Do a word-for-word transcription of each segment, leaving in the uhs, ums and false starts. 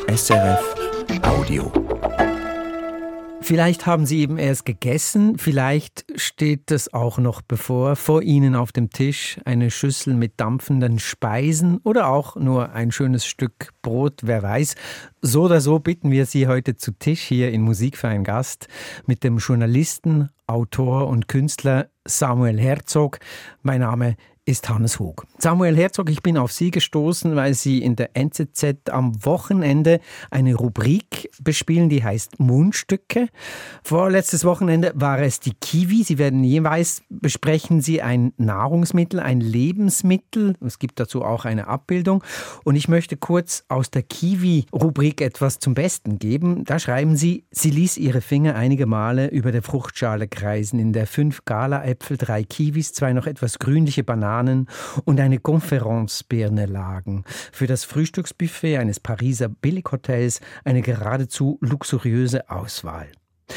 S R F Audio. Vielleicht haben Sie eben erst gegessen, vielleicht steht es auch noch bevor. Vor Ihnen auf dem Tisch eine Schüssel mit dampfenden Speisen oder auch nur ein schönes Stück Brot, wer weiß. So oder so bitten wir Sie heute zu Tisch hier in Musik für einen Gast mit dem Journalisten, Autor und Künstler Samuel Herzog. Mein Name ist Hannes Hug. Samuel Herzog, ich bin auf Sie gestoßen, weil Sie in der N Z Z am Wochenende eine Rubrik bespielen, die heißt Mundstücke. Vorletztes Wochenende war es die Kiwi. Sie werden jeweils besprechen Sie ein Nahrungsmittel, ein Lebensmittel. Es gibt dazu auch eine Abbildung. Und ich möchte kurz aus der Kiwi-Rubrik etwas zum Besten geben. Da schreiben Sie, sie ließ ihre Finger einige Male über der Fruchtschale kreisen, in der fünf Galaäpfel, drei Kiwis, zwei noch etwas grünliche Bananen und eine Conference-Birne lagen. Für das Frühstücksbuffet eines Pariser Billighotels eine geradezu luxuriöse Auswahl.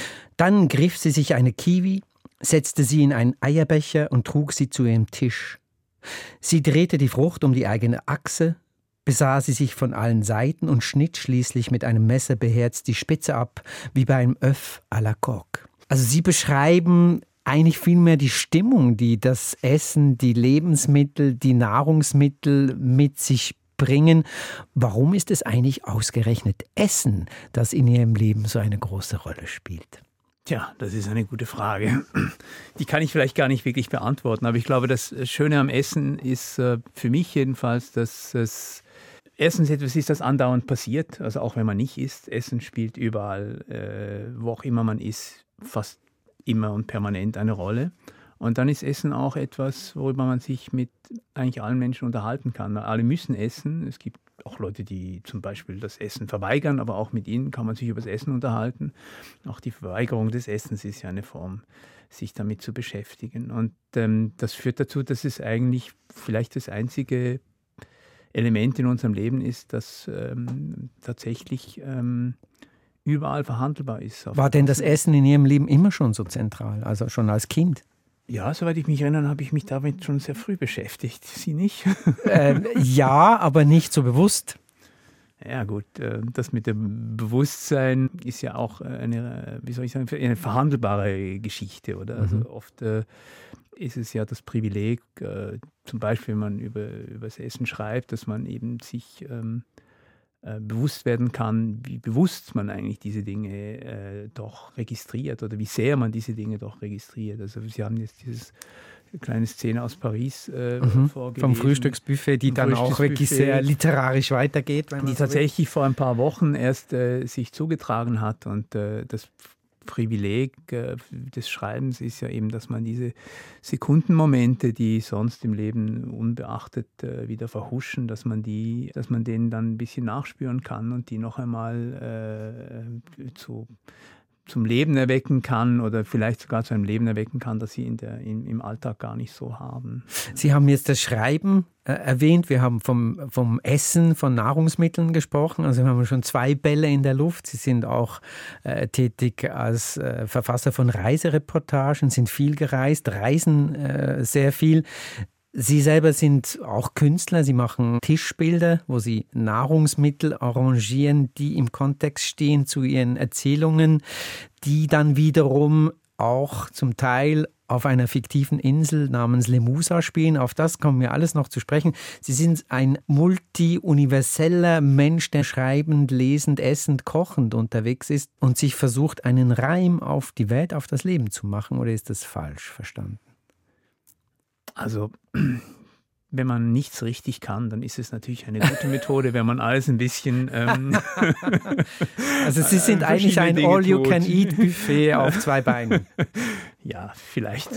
Dann griff sie sich eine Kiwi, setzte sie in einen Eierbecher und trug sie zu ihrem Tisch. Sie drehte die Frucht um die eigene Achse, besah sie sich von allen Seiten und schnitt schließlich mit einem Messer beherzt die Spitze ab, wie bei einem Œuf à la coque. Also Sie beschreiben eigentlich vielmehr die Stimmung, die das Essen, die Lebensmittel, die Nahrungsmittel mit sich bringen. Warum ist es eigentlich ausgerechnet Essen, das in Ihrem Leben so eine große Rolle spielt? Tja, das ist eine gute Frage. Die kann ich vielleicht gar nicht wirklich beantworten, aber ich glaube, das Schöne am Essen ist für mich jedenfalls, dass es erstens etwas ist, das andauernd passiert, also auch wenn man nicht isst. Essen spielt überall, äh, wo auch immer man ist, fast immer und permanent eine Rolle. Und dann ist Essen auch etwas, worüber man sich mit eigentlich allen Menschen unterhalten kann. Alle müssen essen. Es gibt auch Leute, die zum Beispiel das Essen verweigern, aber auch mit ihnen kann man sich über das Essen unterhalten. Auch die Verweigerung des Essens ist ja eine Form, sich damit zu beschäftigen. Und ähm, das führt dazu, dass es eigentlich vielleicht das einzige Element in unserem Leben ist, das ähm, tatsächlich ähm, überall verhandelbar ist. War denn das Essen in Ihrem Leben immer schon so zentral, also schon als Kind? Ja, soweit ich mich erinnere, habe ich mich damit schon sehr früh beschäftigt. Sie nicht? äh, ja, aber nicht so bewusst. Ja gut, das mit dem Bewusstsein ist ja auch eine, wie soll ich sagen, eine verhandelbare Geschichte, oder? Mhm. Also oft äh, ist es ja das Privileg, äh, zum Beispiel, wenn man über, über das Essen schreibt, dass man eben sich ähm, äh, bewusst werden kann, wie bewusst man eigentlich diese Dinge äh, doch registriert oder wie sehr man diese Dinge doch registriert. Also Sie haben jetzt dieses kleine Szene aus Paris äh, mhm, vorgelesen. Vom Frühstücksbuffet, die dann auch wirklich sehr literarisch weitergeht. Die tatsächlich vor ein paar Wochen erst äh, sich zugetragen hat. Und äh, das Privileg äh, des Schreibens ist ja eben, dass man diese Sekundenmomente, die sonst im Leben unbeachtet äh, wieder verhuschen, dass man die, dass man denen dann ein bisschen nachspüren kann und die noch einmal äh, zu zum Leben erwecken kann oder vielleicht sogar zu einem Leben erwecken kann, das sie in der, in, im Alltag gar nicht so haben. Sie haben jetzt das Schreiben äh, erwähnt, wir haben vom, vom Essen, von Nahrungsmitteln gesprochen, also wir haben schon zwei Bälle in der Luft. Sie sind auch äh, tätig als äh, Verfasser von Reisereportagen, sind viel gereist, reisen äh, sehr viel. Sie selber sind auch Künstler, Sie machen Tischbilder, wo Sie Nahrungsmittel arrangieren, die im Kontext stehen zu Ihren Erzählungen, die dann wiederum auch zum Teil auf einer fiktiven Insel namens Lemusa spielen. Auf das kommen wir alles noch zu sprechen. Sie sind ein multi-universeller Mensch, der schreibend, lesend, essend, kochend unterwegs ist und sich versucht, einen Reim auf die Welt, auf das Leben zu machen. Oder ist das falsch verstanden? Also, wenn man nichts richtig kann, dann ist es natürlich eine gute Methode, wenn man alles ein bisschen... Ähm, also Sie sind eigentlich ein All-You-Can-Eat-Buffet auf zwei Beinen. Ja, vielleicht.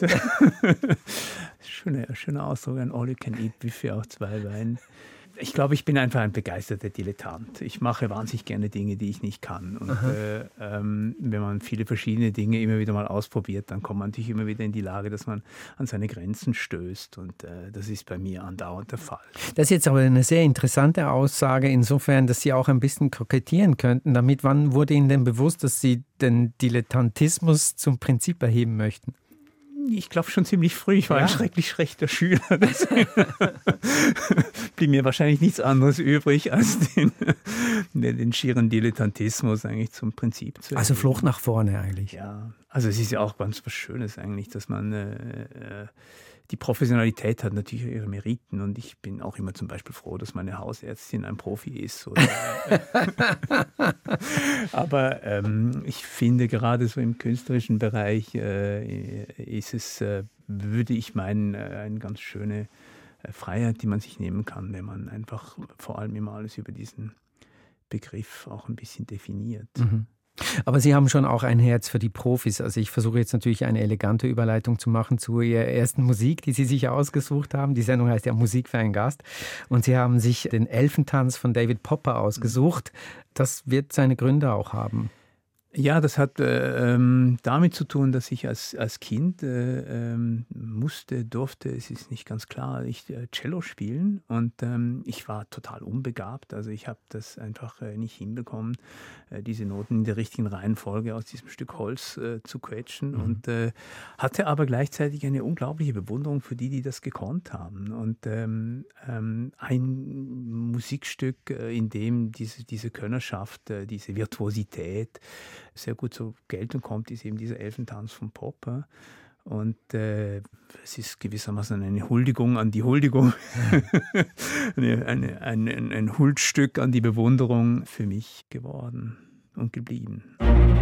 Schöner, schöner Ausdruck, ein All-You-Can-Eat-Buffet auf zwei Beinen. Ich glaube, ich bin einfach ein begeisterter Dilettant. Ich mache wahnsinnig gerne Dinge, die ich nicht kann. Und äh, ähm, wenn man viele verschiedene Dinge immer wieder mal ausprobiert, dann kommt man natürlich immer wieder in die Lage, dass man an seine Grenzen stößt. Und äh, das ist bei mir andauernd der Fall. Das ist jetzt aber eine sehr interessante Aussage, insofern, dass Sie auch ein bisschen kokettieren könnten. Damit, wann wurde Ihnen denn bewusst, dass Sie den Dilettantismus zum Prinzip erheben möchten? Ich glaube schon ziemlich früh. Ich war ja. ein schrecklich schlechter Schüler. Deswegen blieb mir wahrscheinlich nichts anderes übrig, als den, den schieren Dilettantismus eigentlich zum Prinzip zu erleben. Also Flucht nach vorne eigentlich. Ja, also es ist ja auch ganz was Schönes eigentlich, dass man äh, die Professionalität hat natürlich ihre Meriten und ich bin auch immer zum Beispiel froh, dass meine Hausärztin ein Profi ist. Oder, aber ähm, ich finde gerade so im künstlerischen Bereich äh, ist es, äh, würde ich meinen, äh, eine ganz schöne äh, Freiheit, die man sich nehmen kann, wenn man einfach vor allem immer alles über diesen Begriff auch ein bisschen definiert. Mhm. Aber Sie haben schon auch ein Herz für die Profis. Also ich versuche jetzt natürlich eine elegante Überleitung zu machen zu Ihrer ersten Musik, die Sie sich ausgesucht haben. Die Sendung heißt ja Musik für einen Gast. Und Sie haben sich den Elfentanz von David Popper ausgesucht. Das wird seine Gründe auch haben. Ja, das hat äh, ähm, damit zu tun, dass ich als, als Kind äh, ähm, musste, durfte, es ist nicht ganz klar, ich äh, Cello spielen und ähm, ich war total unbegabt. Also ich habe das einfach äh, nicht hinbekommen, äh, diese Noten in der richtigen Reihenfolge aus diesem Stück Holz äh, zu quetschen mhm. und äh, hatte aber gleichzeitig eine unglaubliche Bewunderung für die, die das gekonnt haben. Und ähm, ähm, ein Musikstück, äh, in dem diese, diese Könnerschaft, äh, diese Virtuosität sehr gut zur Geltung kommt, ist eben dieser Elfentanz von Popper. Und äh, es ist gewissermaßen eine Huldigung an die Huldigung, eine, eine, ein, ein, ein Huldstück an die Bewunderung für mich geworden und geblieben.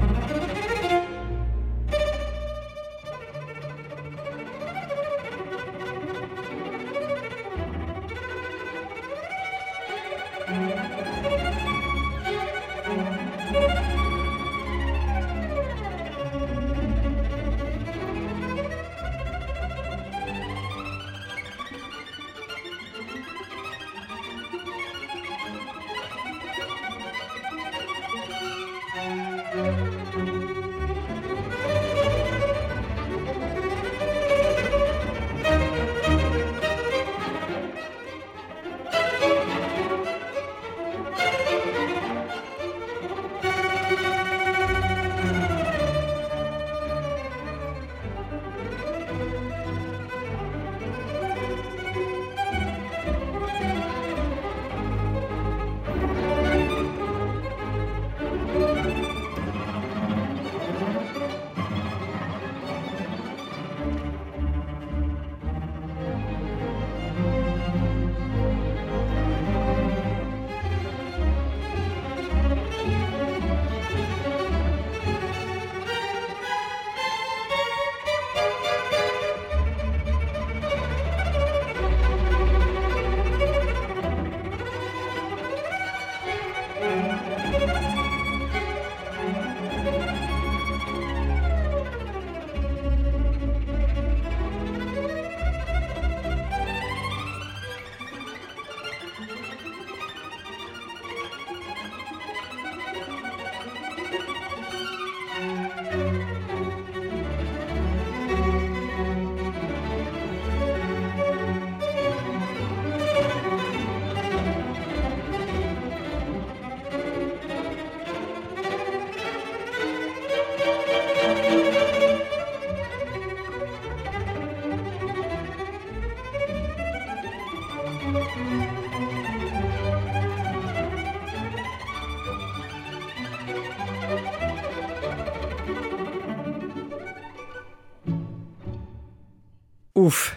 Uff.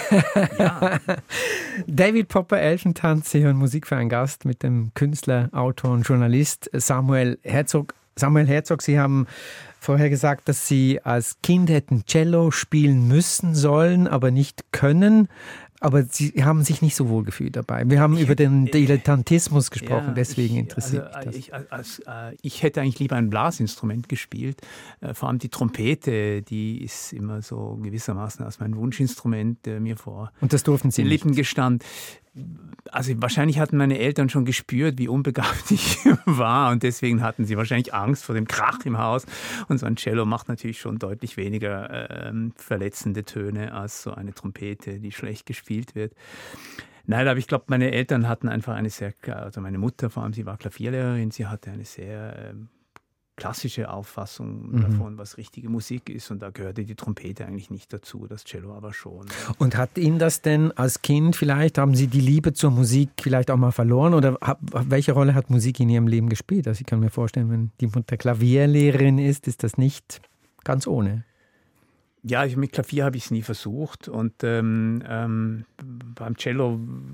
Ja. David Popper, Elfentanz, Sie hören Musik für einen Gast mit dem Künstler, Autor und Journalist Samuel Herzog. Samuel Herzog, Sie haben vorher gesagt, dass Sie als Kind hätten Cello spielen müssen sollen, aber nicht können. Aber Sie haben sich nicht so wohl gefühlt dabei. Wir haben ich, über den Dilettantismus gesprochen, ja, deswegen ich, interessiert also, mich das. Ich, als, äh, ich hätte eigentlich lieber ein Blasinstrument gespielt. Äh, vor allem die Trompete, die ist immer so gewissermaßen als mein Wunschinstrument äh, mir vor Und das durften Sie den nicht? Lippen gestanden. Also wahrscheinlich hatten meine Eltern schon gespürt, wie unbegabt ich war und deswegen hatten sie wahrscheinlich Angst vor dem Krach im Haus. Und so ein Cello macht natürlich schon deutlich weniger äh, verletzende Töne als so eine Trompete, die schlecht gespielt wird. Nein, aber ich glaube, meine Eltern hatten einfach eine sehr, also meine Mutter vor allem, sie war Klavierlehrerin, sie hatte eine sehr äh, klassische Auffassung Mhm. davon, was richtige Musik ist. Und da gehörte die Trompete eigentlich nicht dazu, das Cello aber schon. Und hat Ihnen das denn als Kind vielleicht, haben Sie die Liebe zur Musik vielleicht auch mal verloren? Oder hab, welche Rolle hat Musik in Ihrem Leben gespielt? Also ich kann mir vorstellen, wenn die Mutter Klavierlehrerin ist, ist das nicht ganz ohne. Ja, ich, mit Klavier habe ich es nie versucht. Und ähm, ähm, beim Cello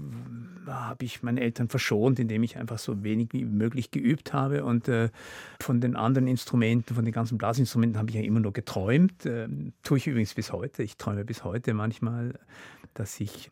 habe ich meine Eltern verschont, indem ich einfach so wenig wie möglich geübt habe. Und äh, von den anderen Instrumenten, von den ganzen Blasinstrumenten habe ich ja immer nur geträumt. Ähm, tue ich übrigens bis heute. Ich träume bis heute manchmal, dass ich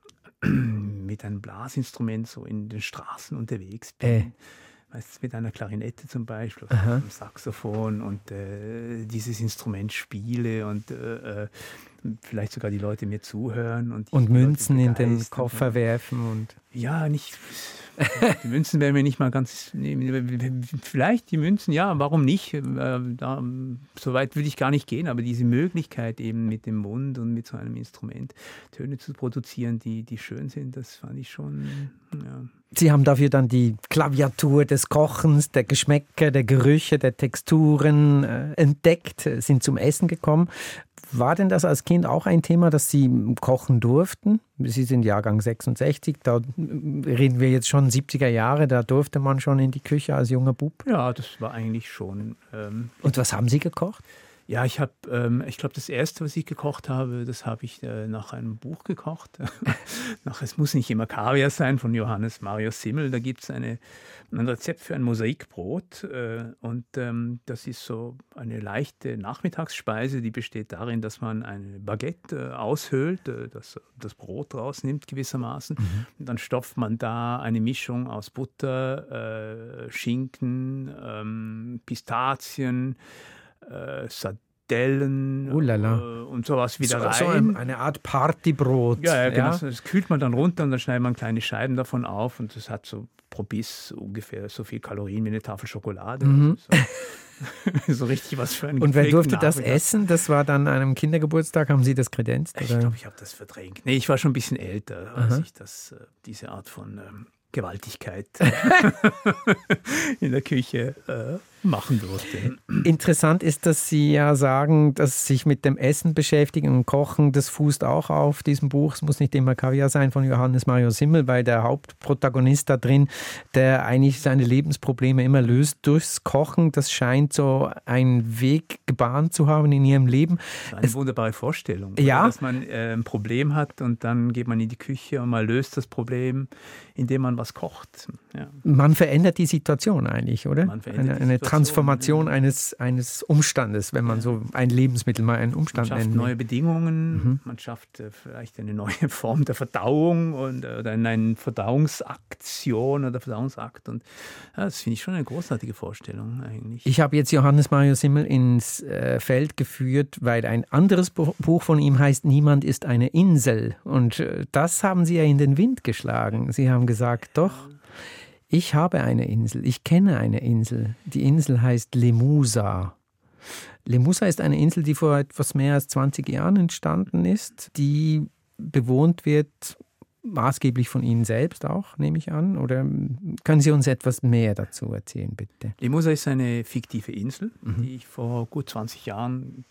mit einem Blasinstrument so in den Straßen unterwegs bin. Äh. Weißt, mit einer Klarinette zum Beispiel, oder einem Saxophon und äh, dieses Instrument spiele und äh, vielleicht sogar die Leute mir zuhören. Und, und Münzen in den Koffer und, werfen. Und ja, nicht. Die Münzen wären mir nicht mal ganz. Vielleicht die Münzen, ja, warum nicht? Da, so weit würde ich gar nicht gehen, aber diese Möglichkeit eben mit dem Mund und mit so einem Instrument Töne zu produzieren, die, die schön sind, das fand ich schon. Ja. Sie haben dafür dann die Klaviatur des Kochens, der Geschmäcker, der Gerüche, der Texturen äh, entdeckt, sind zum Essen gekommen. War denn das als Kind auch ein Thema, dass Sie kochen durften? Sie sind Jahrgang sechsundsechzig, da reden wir jetzt schon siebziger Jahre, da durfte man schon in die Küche als junger Bub. Ja, das war eigentlich schon. Ähm, Und was haben Sie gekocht? Ja, ich habe, ähm, ich glaube, das erste, was ich gekocht habe, das habe ich äh, nach einem Buch gekocht. nach, es muss nicht immer Kaviar sein, von Johannes Marius Simmel. Da gibt es eine, ein Rezept für ein Mosaikbrot. Äh, und ähm, das ist so eine leichte Nachmittagsspeise, die besteht darin, dass man eine Baguette äh, aushöhlt, äh, das, das Brot rausnimmt gewissermaßen. Mhm. Und dann stopft man da eine Mischung aus Butter, äh, Schinken, ähm, Pistazien, Äh, Sardellen uh äh, und sowas wieder so, rein. So ein, eine Art Partybrot. Ja, ja, genau. Ja? Das kühlt man dann runter und dann schneidet man kleine Scheiben davon auf und das hat so pro Biss ungefähr so viel Kalorien wie eine Tafel Schokolade. Mhm. So, so richtig was für einen Und wer durfte das Nachmittag. essen? Das war dann an einem Kindergeburtstag, haben Sie das kredenzt? Ich glaube, ich habe das verdrängt. Nee, ich war schon ein bisschen älter, als Aha. ich das, diese Art von ähm, Gewaltigkeit in der Küche äh, machen durfte. Interessant ist, dass Sie ja sagen, dass sich mit dem Essen beschäftigen und Kochen, das fußt auch auf diesem Buch. Es muss nicht immer Kaviar sein von Johannes Marius Simmel, weil der Hauptprotagonist da drin, der eigentlich seine Lebensprobleme immer löst durchs Kochen, das scheint so einen Weg gebahnt zu haben in Ihrem Leben. Das ist eine es, wunderbare Vorstellung, ja? dass man äh, ein Problem hat und dann geht man in die Küche und man löst das Problem, indem man was kocht. Ja. Man verändert die Situation eigentlich, oder? Man verändert eine, die eine Situation. Transformation eines, eines Umstandes, wenn man ja. so ein Lebensmittel mal einen Umstand nennt. Man schafft nennt. neue Bedingungen, mhm. man schafft äh, vielleicht eine neue Form der Verdauung und, äh, oder eine Verdauungsaktion oder Verdauungsakt. Und ja, das finde ich schon eine großartige Vorstellung eigentlich. Ich habe jetzt Johannes Marius Simmel ins äh, Feld geführt, weil ein anderes Buch von ihm heißt Niemand ist eine Insel. Und äh, das haben Sie ja in den Wind geschlagen. Sie haben gesagt, doch, ich habe eine Insel, ich kenne eine Insel. Die Insel heißt Lemusa. Lemusa ist eine Insel, die vor etwas mehr als zwanzig Jahren entstanden ist, die bewohnt wird, maßgeblich von Ihnen selbst auch, nehme ich an. Oder können Sie uns etwas mehr dazu erzählen, bitte? Lemusa ist eine fiktive Insel, mhm. die ich vor gut zwanzig Jahren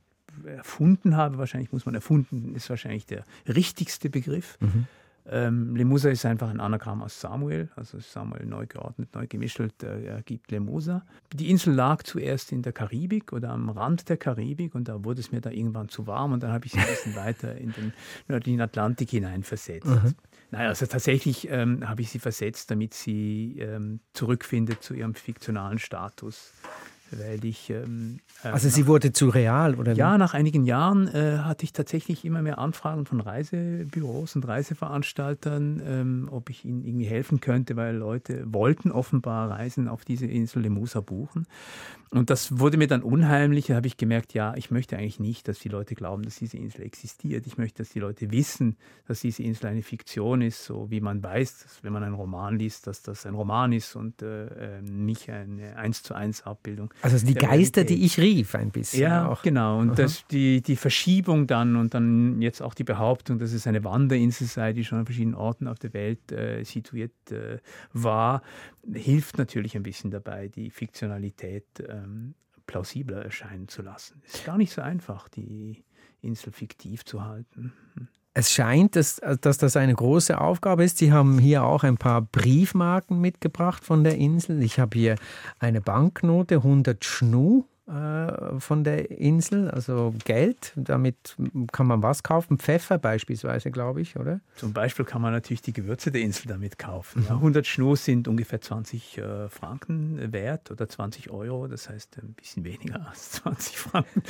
erfunden habe. Wahrscheinlich muss man erfunden, ist wahrscheinlich der richtigste Begriff. Mhm. Ähm, Lemusa ist einfach ein Anagramm aus Samuel, also Samuel neu geordnet, neu gemischelt, äh, ergibt Lemusa. Die Insel lag zuerst in der Karibik oder am Rand der Karibik und da wurde es mir da irgendwann zu warm und dann habe ich sie ein bisschen weiter in den nördlichen Atlantik hinein versetzt. Mhm. Naja, also tatsächlich ähm, habe ich sie versetzt, damit sie ähm, zurückfindet zu ihrem fiktionalen Status. Weil ich, ähm, also sie nach, wurde zu real, oder? Ja, nach einigen Jahren äh, hatte ich tatsächlich immer mehr Anfragen von Reisebüros und Reiseveranstaltern, ähm, ob ich ihnen irgendwie helfen könnte, weil Leute wollten offenbar Reisen auf diese Insel Lemusa buchen. Und das wurde mir dann unheimlich. Da habe ich gemerkt, ja, ich möchte eigentlich nicht, dass die Leute glauben, dass diese Insel existiert. Ich möchte, dass die Leute wissen, dass diese Insel eine Fiktion ist, so wie man weiß, dass, wenn man einen Roman liest, dass das ein Roman ist und äh, nicht eine eins zu eins Abbildung. Also die Geister, Realität. Die ich rief, ein bisschen. Ja, auch. Genau. Und das, die, die Verschiebung dann und dann jetzt auch die Behauptung, dass es eine Wanderinsel sei, die schon an verschiedenen Orten auf der Welt äh, situiert äh, war, hilft natürlich ein bisschen dabei, die Fiktionalität ähm, plausibler erscheinen zu lassen. Es ist gar nicht so einfach, die Insel fiktiv zu halten. Es scheint, dass, dass das eine große Aufgabe ist. Sie haben hier auch ein paar Briefmarken mitgebracht von der Insel. Ich habe hier eine Banknote, hundert Schnu äh, von der Insel, also Geld. Damit kann man was kaufen? Pfeffer beispielsweise, glaube ich, oder? Zum Beispiel kann man natürlich die Gewürze der Insel damit kaufen. Ja, hundert Schnu sind ungefähr zwanzig äh, Franken wert oder zwanzig Euro. Das heißt ein bisschen weniger als zwanzig Franken.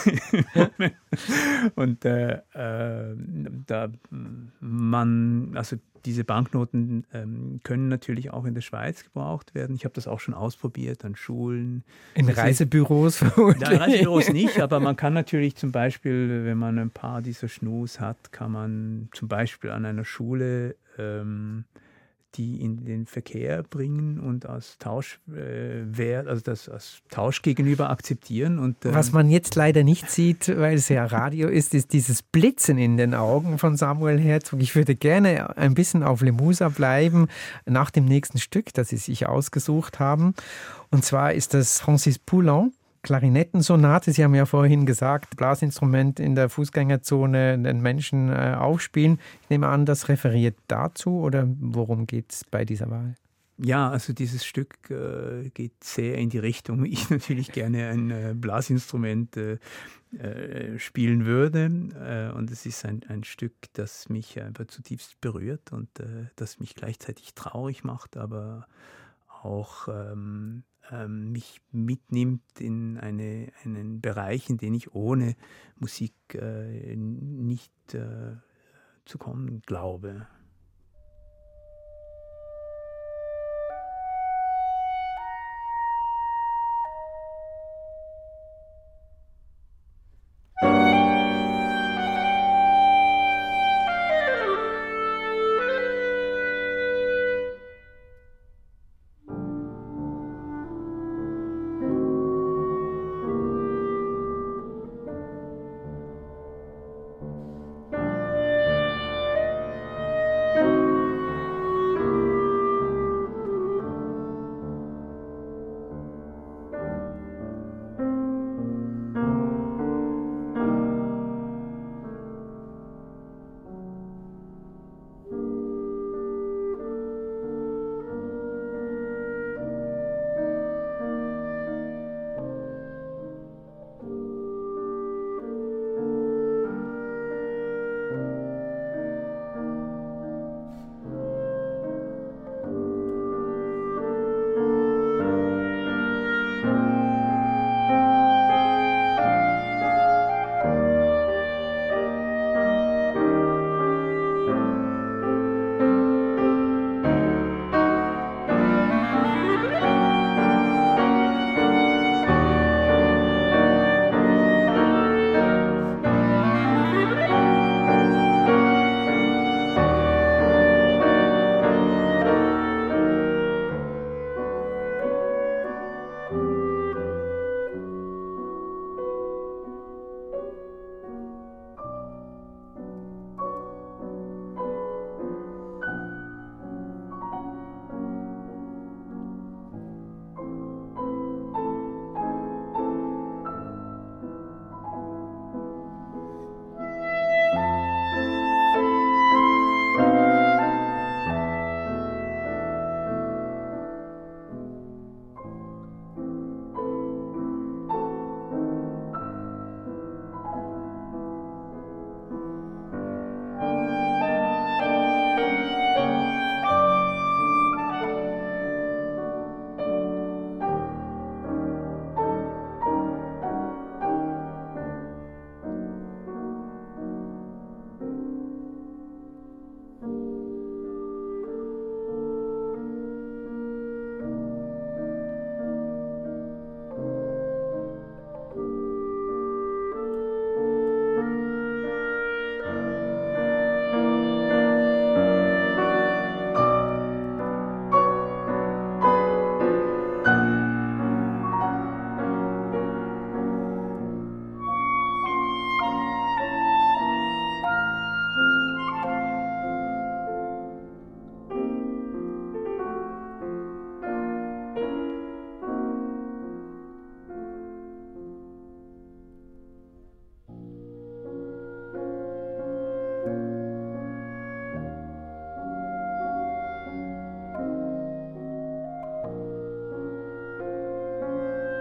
Und äh, äh, da man, also diese Banknoten ähm, können natürlich auch in der Schweiz gebraucht werden. Ich habe das auch schon ausprobiert an Schulen. In das Reisebüros? Nein, Reisebüros nicht, aber man kann natürlich zum Beispiel, wenn man ein paar dieser Schnus hat, kann man zum Beispiel an einer Schule ähm, die in den Verkehr bringen und als Tausch äh, wert, also das als Tausch gegenüber akzeptieren. Und, ähm, was man jetzt leider nicht sieht, weil es ja Radio ist, ist dieses Blitzen in den Augen von Samuel Herzog. Ich würde gerne ein bisschen auf Lemusa bleiben nach dem nächsten Stück, das Sie sich ausgesucht haben. Und zwar ist das Francis Poulenc, Klarinettensonate. Sie haben ja vorhin gesagt, Blasinstrument in der Fußgängerzone den Menschen äh, aufspielen. Ich nehme an, das referiert dazu oder worum geht es bei dieser Wahl? Ja, also dieses Stück äh, geht sehr in die Richtung. Ich natürlich gerne ein äh, Blasinstrument äh, äh, spielen würde. Äh, und es ist ein, ein Stück, das mich einfach zutiefst berührt und äh, das mich gleichzeitig traurig macht, aber auch ähm, ähm, mich mitnimmt in eine, einen Bereich, in den ich ohne Musik äh, nicht äh, zu kommen glaube.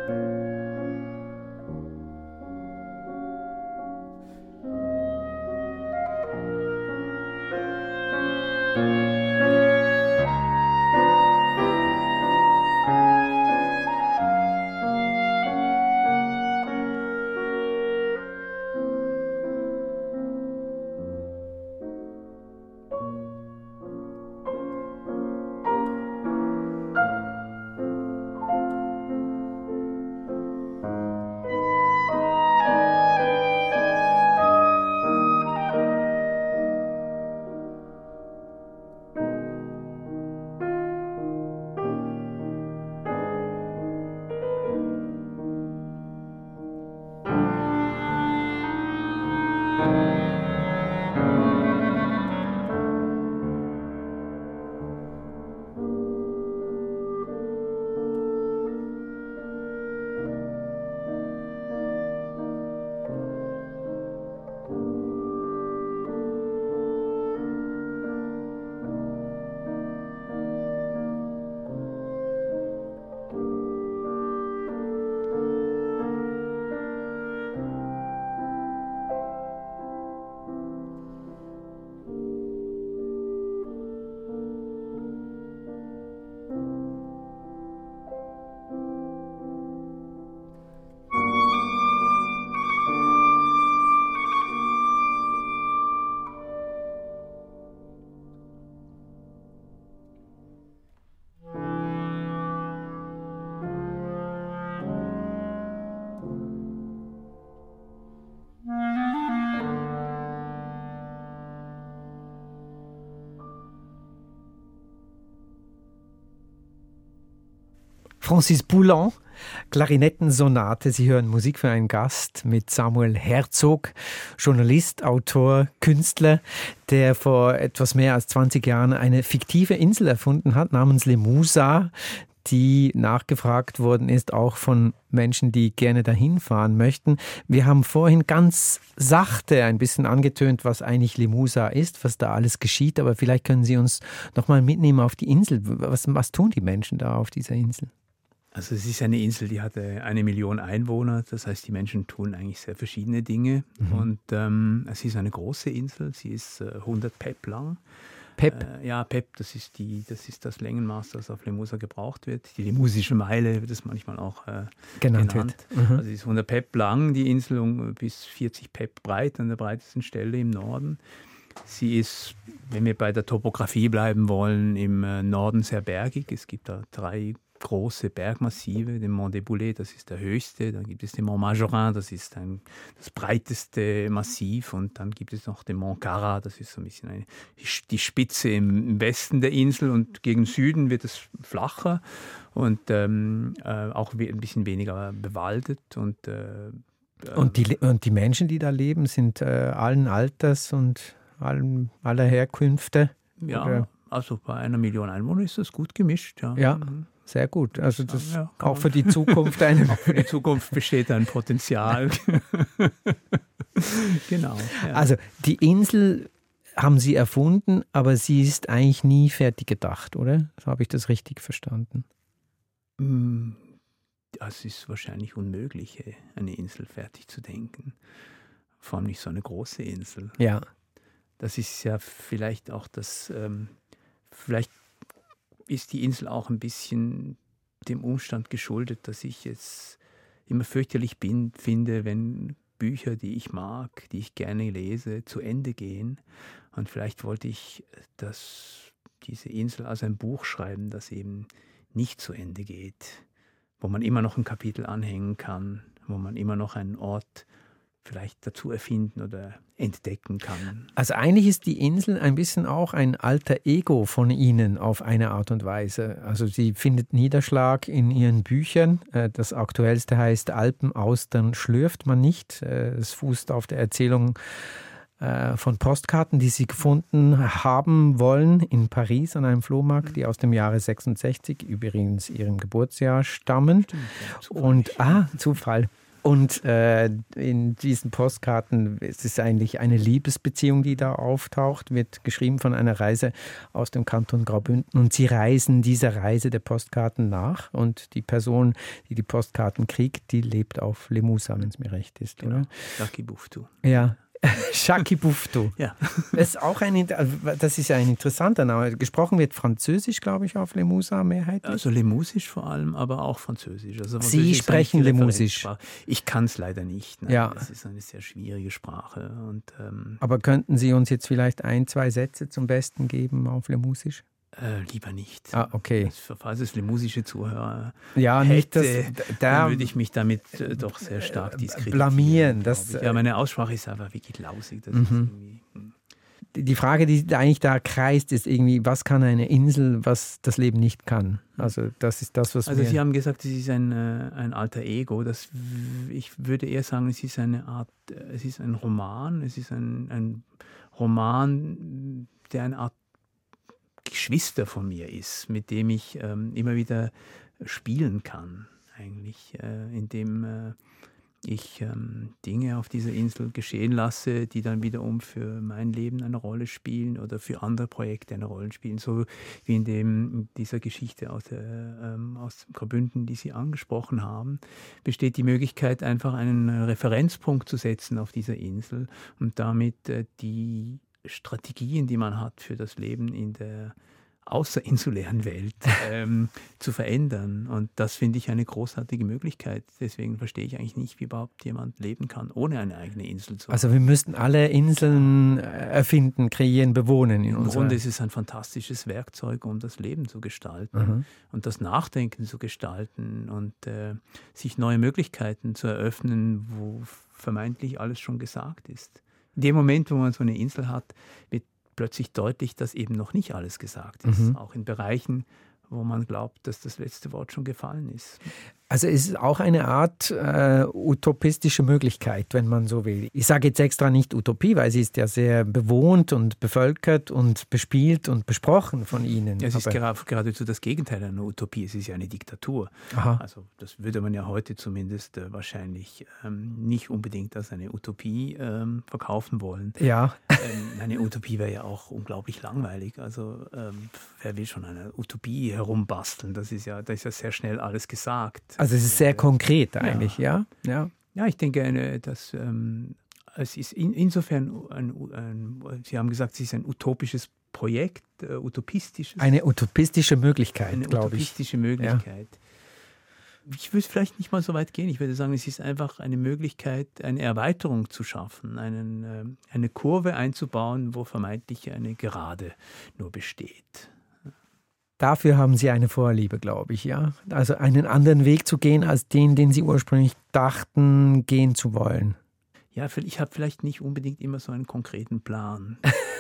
Francis Poulenc, Klarinettensonate. Sie hören Musik für einen Gast mit Samuel Herzog, Journalist, Autor, Künstler, der vor etwas mehr als zwanzig Jahren eine fiktive Insel erfunden hat namens Lemusa, die nachgefragt worden ist, auch von Menschen, die gerne dahin fahren möchten. Wir haben vorhin ganz sachte ein bisschen angetönt, was eigentlich Lemusa ist, was da alles geschieht, aber vielleicht können Sie uns noch mal mitnehmen auf die Insel. Was, was tun die Menschen da auf dieser Insel? Also es ist eine Insel, die hat eine Million Einwohner, das heißt, die Menschen tun eigentlich sehr verschiedene Dinge. Mhm. Und ähm, es ist eine große Insel, sie ist äh, hundert Pep lang. Pep? Äh, ja, Pep, das ist, die, das ist das Längenmaß, das auf Lemusa gebraucht wird. Die Lemusische Meile wird es manchmal auch äh, genannt. genannt. Mhm. Also sie ist hundert Pep lang, die Insel, um, bis vierzig Pep breit, an der breitesten Stelle im Norden. Sie ist, wenn wir bei der Topografie bleiben wollen, im äh, Norden sehr bergig. Es gibt da drei große Bergmassive, den Mont des Boulets, das ist der höchste, dann gibt es den Mont Majorin, das ist ein, das breiteste Massiv, und dann gibt es noch den Mont Cara, das ist so ein bisschen eine, die Spitze im, im Westen der Insel, und gegen Süden wird es flacher und ähm, äh, auch ein bisschen weniger bewaldet. Und, äh, und, die, und die Menschen, die da leben, sind äh, allen Alters und allen, aller Herkünfte? Ja, oder? Also bei einer Million Einwohner ist das gut gemischt. Ja. Ja. Sehr gut. Also das ja, auch für die Zukunft eine auch für die Zukunft besteht ein Potenzial. Genau. Ja. Also die Insel haben Sie erfunden, aber sie ist eigentlich nie fertig gedacht, oder? So habe ich das richtig verstanden. Das ist wahrscheinlich unmöglich, eine Insel fertig zu denken. Vor allem nicht so eine große Insel. Ja. Das ist ja vielleicht auch das, ähm, vielleicht ist die Insel auch ein bisschen dem Umstand geschuldet, dass ich es immer fürchterlich bin, finde, wenn Bücher, die ich mag, die ich gerne lese, zu Ende gehen. Und vielleicht wollte ich dass diese Insel als ein Buch schreiben, das eben nicht zu Ende geht, wo man immer noch ein Kapitel anhängen kann, wo man immer noch einen Ort vielleicht dazu erfinden oder entdecken kann. Also eigentlich ist die Insel ein bisschen auch ein alter Ego von Ihnen auf eine Art und Weise. Also sie findet Niederschlag in Ihren Büchern. Das aktuellste heißt Alpenaustern schlürft man nicht. Es fußt auf der Erzählung von Postkarten, die Sie gefunden haben wollen in Paris an einem Flohmarkt, die aus dem Jahre sechsundsechzig, übrigens Ihrem Geburtsjahr, stammen. Stimmt, ja, und ah, Zufall. Und äh, in diesen Postkarten es ist eigentlich eine Liebesbeziehung, die da auftaucht, wird geschrieben von einer Reise aus dem Kanton Graubünden. Und Sie reisen dieser Reise der Postkarten nach. Und die Person, die die Postkarten kriegt, die lebt auf Lemusa, wenn es mir recht ist, genau. oder? Jackie Buftu. Ja. Jackie Buftu. Ja. Das ist auch ein, das ist ja ein interessanter Name. Gesprochen wird Französisch, glaube ich, auf Lemusa mehrheitlich. Also Lemusisch vor allem, aber auch Französisch. Also Sie Französisch sprechen Lemusisch. Ich kann es leider nicht. Nein. Ja. Es ist eine sehr schwierige Sprache. Und, ähm, aber könnten Sie uns jetzt vielleicht ein, zwei Sätze zum Besten geben auf Lemusisch? Äh, lieber nicht. Ah, okay. Falls es lemusische Zuhörer ja, hätte, nicht, dass, da, dann würde ich mich damit äh, doch sehr stark diskreditieren. Blamieren. Das, ja, meine Aussprache ist einfach wirklich lausig. Das mhm. ist irgendwie, hm. Die Frage, die eigentlich da kreist, ist irgendwie, was kann eine Insel, was das Leben nicht kann? Also das ist das, was Also wir... Sie haben gesagt, es ist ein, ein alter Ego. Das, ich würde eher sagen, es ist eine Art, es ist ein Roman. Es ist ein, ein Roman, der eine Art Geschwister von mir ist, mit dem ich ähm, immer wieder spielen kann, eigentlich, äh, indem äh, ich ähm, Dinge auf dieser Insel geschehen lasse, die dann wiederum für mein Leben eine Rolle spielen oder für andere Projekte eine Rolle spielen, so wie in, dem, in dieser Geschichte aus, der, ähm, aus Graubünden, die Sie angesprochen haben, besteht die Möglichkeit, einfach einen Referenzpunkt zu setzen auf dieser Insel und damit äh, die Strategien, die man hat für das Leben in der außerinsulären Welt ähm, zu verändern. Und das finde ich eine großartige Möglichkeit. Deswegen verstehe ich eigentlich nicht, wie überhaupt jemand leben kann, ohne eine eigene Insel zu haben. Also wir müssten alle Inseln erfinden, kreieren, bewohnen. In Im Grunde ist es ein fantastisches Werkzeug, um das Leben zu gestalten mhm. und das Nachdenken zu gestalten und äh, sich neue Möglichkeiten zu eröffnen, wo vermeintlich alles schon gesagt ist. In dem Moment, wo man so eine Insel hat, wird plötzlich deutlich, dass eben noch nicht alles gesagt ist. Mhm. Auch in Bereichen, wo man glaubt, dass das letzte Wort schon gefallen ist. Also es ist auch eine Art äh, utopistische Möglichkeit, wenn man so will. Ich sage jetzt extra nicht Utopie, weil sie ist ja sehr bewohnt und bevölkert und bespielt und besprochen von Ihnen. Ja, es ist gerade, geradezu das Gegenteil einer Utopie. Es ist ja eine Diktatur. Aha. Also das würde man ja heute zumindest äh, wahrscheinlich ähm, nicht unbedingt als eine Utopie ähm, verkaufen wollen. Ja. Ähm, eine Utopie wäre ja auch unglaublich langweilig. Also ähm, wer will schon eine Utopie herumbasteln? Das ist ja, da ist ja sehr schnell alles gesagt. Also es ist sehr konkret eigentlich, ja? Ja, ja. ja ich denke, eine, dass ähm, es ist in, insofern, ein, ein, Sie haben gesagt, es ist ein utopisches Projekt, äh, utopistisches. Eine utopistische Möglichkeit, glaube ich. Eine utopistische Möglichkeit. Ja. Ich würde vielleicht nicht mal so weit gehen. Ich würde sagen, es ist einfach eine Möglichkeit, eine Erweiterung zu schaffen, einen, äh, eine Kurve einzubauen, wo vermeintlich eine Gerade nur besteht. Dafür haben Sie eine Vorliebe, glaube ich, ja? Also einen anderen Weg zu gehen, als den, den Sie ursprünglich dachten, gehen zu wollen. Ja, ich habe vielleicht nicht unbedingt immer so einen konkreten Plan.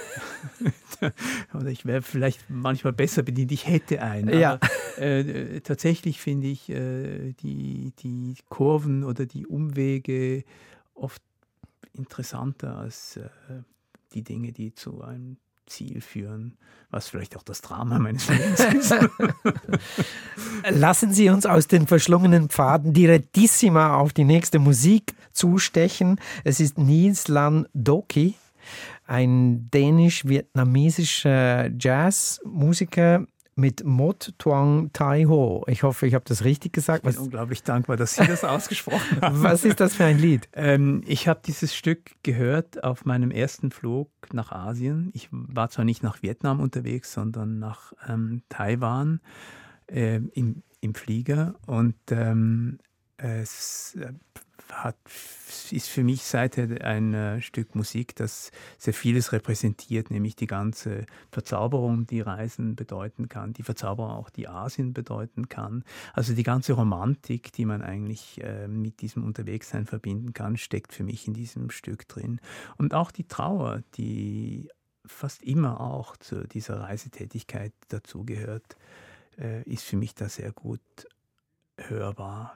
Oder ich wäre vielleicht manchmal besser bedient, ich hätte einen. Ja. Aber äh, tatsächlich finde ich äh, die, die Kurven oder die Umwege oft interessanter als äh, die Dinge, die zu einem Ziel führen, was vielleicht auch das Drama meines Lebens ist. Lassen Sie uns aus den verschlungenen Pfaden direttissima auf die nächste Musik zustechen. Es ist Niels Lan Doki, ein dänisch-vietnamesischer Jazzmusiker mit Mot Tuang Tai Ho. Ich hoffe, ich habe das richtig gesagt. Ich bin Was, unglaublich dankbar, dass Sie das ausgesprochen haben. Was ist das für ein Lied? Ähm, ich habe dieses Stück gehört auf meinem ersten Flug nach Asien. Ich war zwar nicht nach Vietnam unterwegs, sondern nach ähm, Taiwan äh, im, im Flieger. Und ähm, es äh, hat, ist für mich seither ein äh, Stück Musik, das sehr vieles repräsentiert, nämlich die ganze Verzauberung, die Reisen bedeuten kann, die Verzauberung auch, die Asien bedeuten kann. Also die ganze Romantik, die man eigentlich äh, mit diesem Unterwegssein verbinden kann, steckt für mich in diesem Stück drin. Und auch die Trauer, die fast immer auch zu dieser Reisetätigkeit dazugehört, äh, ist für mich da sehr gut hörbar.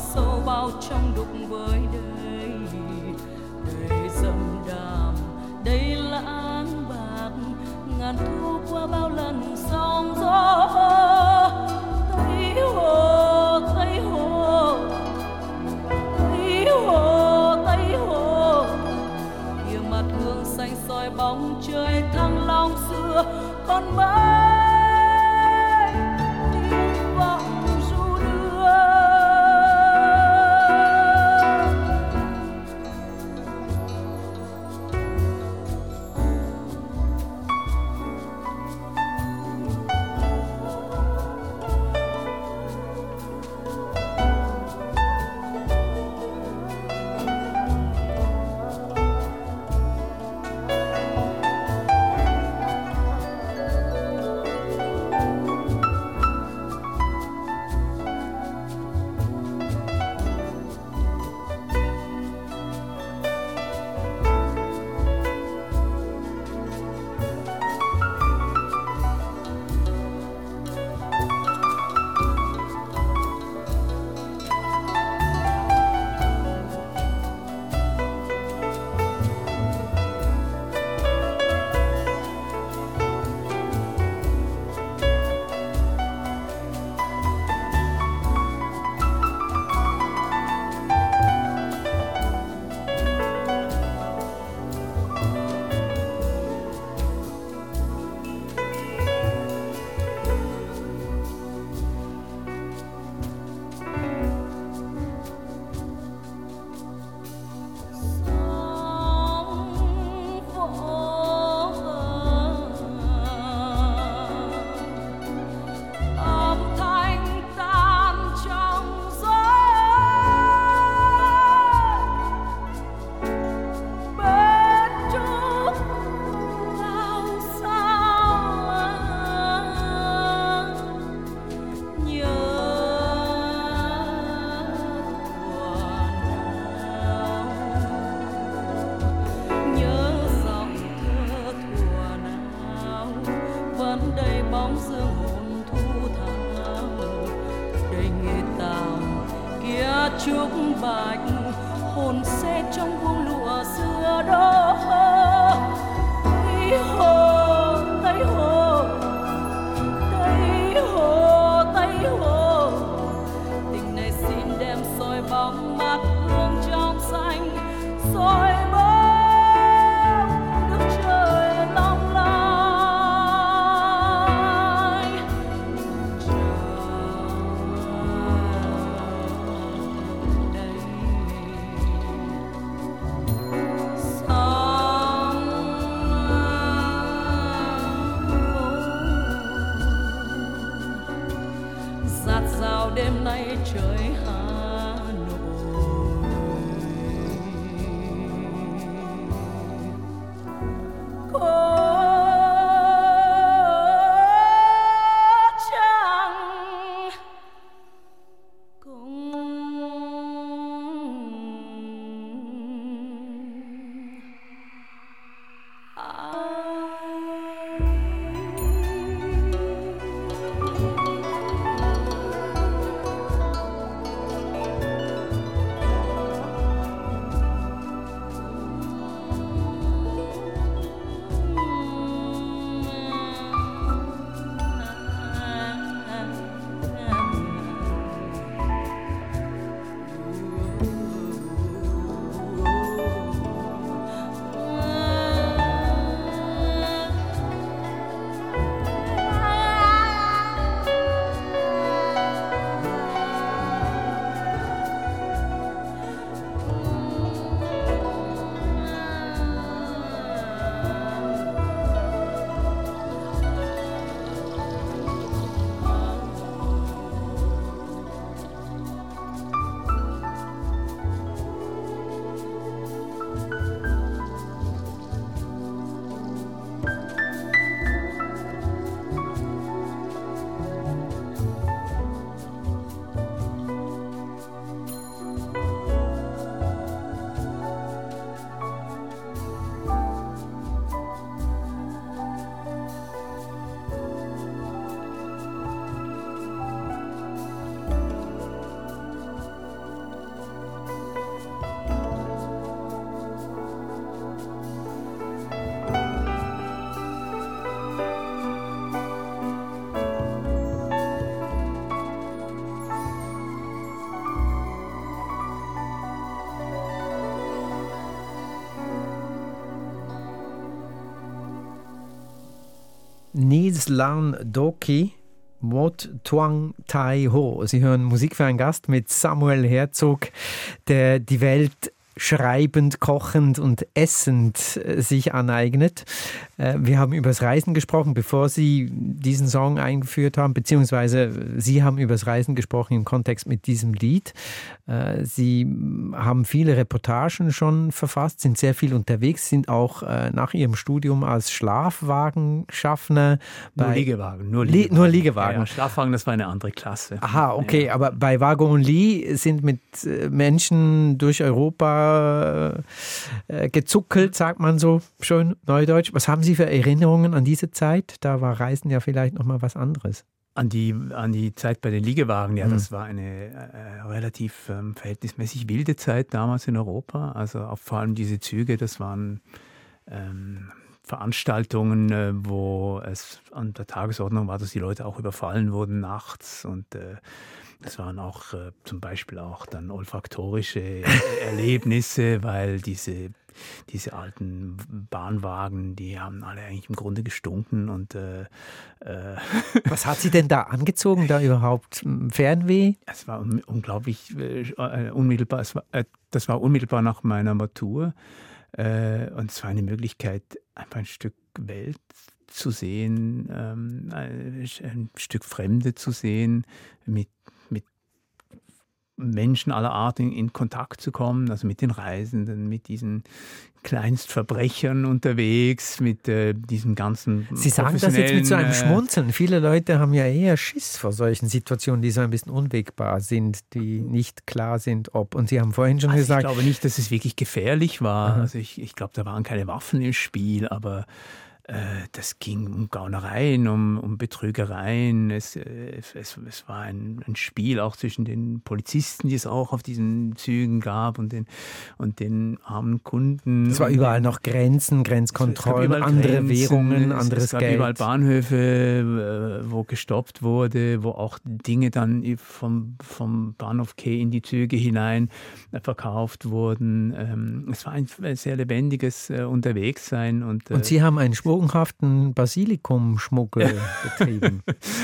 sâu bao trong đục với đời, đời dầm đàm đầy lãng bạc, ngàn thu qua bao lần sóng gió. Tây hồ, Tây hồ, Tây hồ, Tây hồ, kia mặt hương xanh soi bóng trời thăng long xưa còn mãi. Trúc bạch hồn xe trong vuông lụa xưa đó. Tây hồ, Tây hồ, Tây hồ, Tây hồ, tình này xin đem soi bóng mắt hương trong xanh, soi bóng nước trời long lanh. Đêm nay trời Hà Nội có chăng cùng ai. Nislan Doki, Mot Tuang Tai Ho. Sie hören Musik für einen Gast mit Samuel Herzog, der die Welt schreibend, kochend und essend sich aneignet. Wir haben über das Reisen gesprochen, bevor Sie diesen Song eingeführt haben, beziehungsweise Sie haben über das Reisen gesprochen im Kontext mit diesem Lied. Sie haben viele Reportagen schon verfasst, sind sehr viel unterwegs, sind auch nach Ihrem Studium als Schlafwagenschaffner bei... Nur Liegewagen. Nur Liegewagen. Nur Liegewagen. Ja, ja, Schlafwagen, das war eine andere Klasse. Aha, okay, ja. Aber bei Wagon Lee sind mit Menschen durch Europa äh, gezuckelt, sagt man so schön neudeutsch. Was haben Sie für Erinnerungen an diese Zeit? Da war Reisen ja vielleicht nochmal was anderes. An die, an die Zeit bei den Liegewagen, ja, mhm. das war eine äh, relativ ähm, verhältnismäßig wilde Zeit damals in Europa. Also auch vor allem diese Züge, das waren ähm, Veranstaltungen, äh, wo es an der Tagesordnung war, dass die Leute auch überfallen wurden nachts und äh, das waren auch äh, zum Beispiel auch dann olfaktorische Erlebnisse, weil diese, diese alten Bahnwagen, die haben alle eigentlich im Grunde gestunken. Und, äh, äh was hat Sie denn da angezogen, da überhaupt? Fernweh? Es war un- unglaublich äh, unmittelbar. Es war, äh, das war unmittelbar nach meiner Matur. Äh, und es war eine Möglichkeit, einfach ein Stück Welt zu sehen, ähm, ein, ein Stück Fremde zu sehen, mit Menschen aller Art in, in Kontakt zu kommen, also mit den Reisenden, mit diesen Kleinstverbrechern unterwegs, mit äh, diesem ganzen Sie sagen das jetzt mit so einem äh, Schmunzeln. Viele Leute haben ja eher Schiss vor solchen Situationen, die so ein bisschen unwegbar sind, die nicht klar sind, ob. Und Sie haben vorhin schon also gesagt... Ich glaube nicht, dass es wirklich gefährlich war. Aha. Also ich, ich glaube, da waren keine Waffen im Spiel, aber das ging um Gaunereien, um, um Betrügereien. Es, es, es war ein, ein Spiel auch zwischen den Polizisten, die es auch auf diesen Zügen gab, und den, und den armen Kunden. Es war überall noch Grenzen, Grenzkontrollen, andere Grenzen, Währungen, anderes es gab Geld. Überall Bahnhöfe, wo gestoppt wurde, wo auch Dinge dann vom, vom Bahnhof Quai in die Züge hinein verkauft wurden. Es war ein sehr lebendiges Unterwegssein. Und, und Sie haben einen Schwur haften Basilikum-Schmuggel betrieben.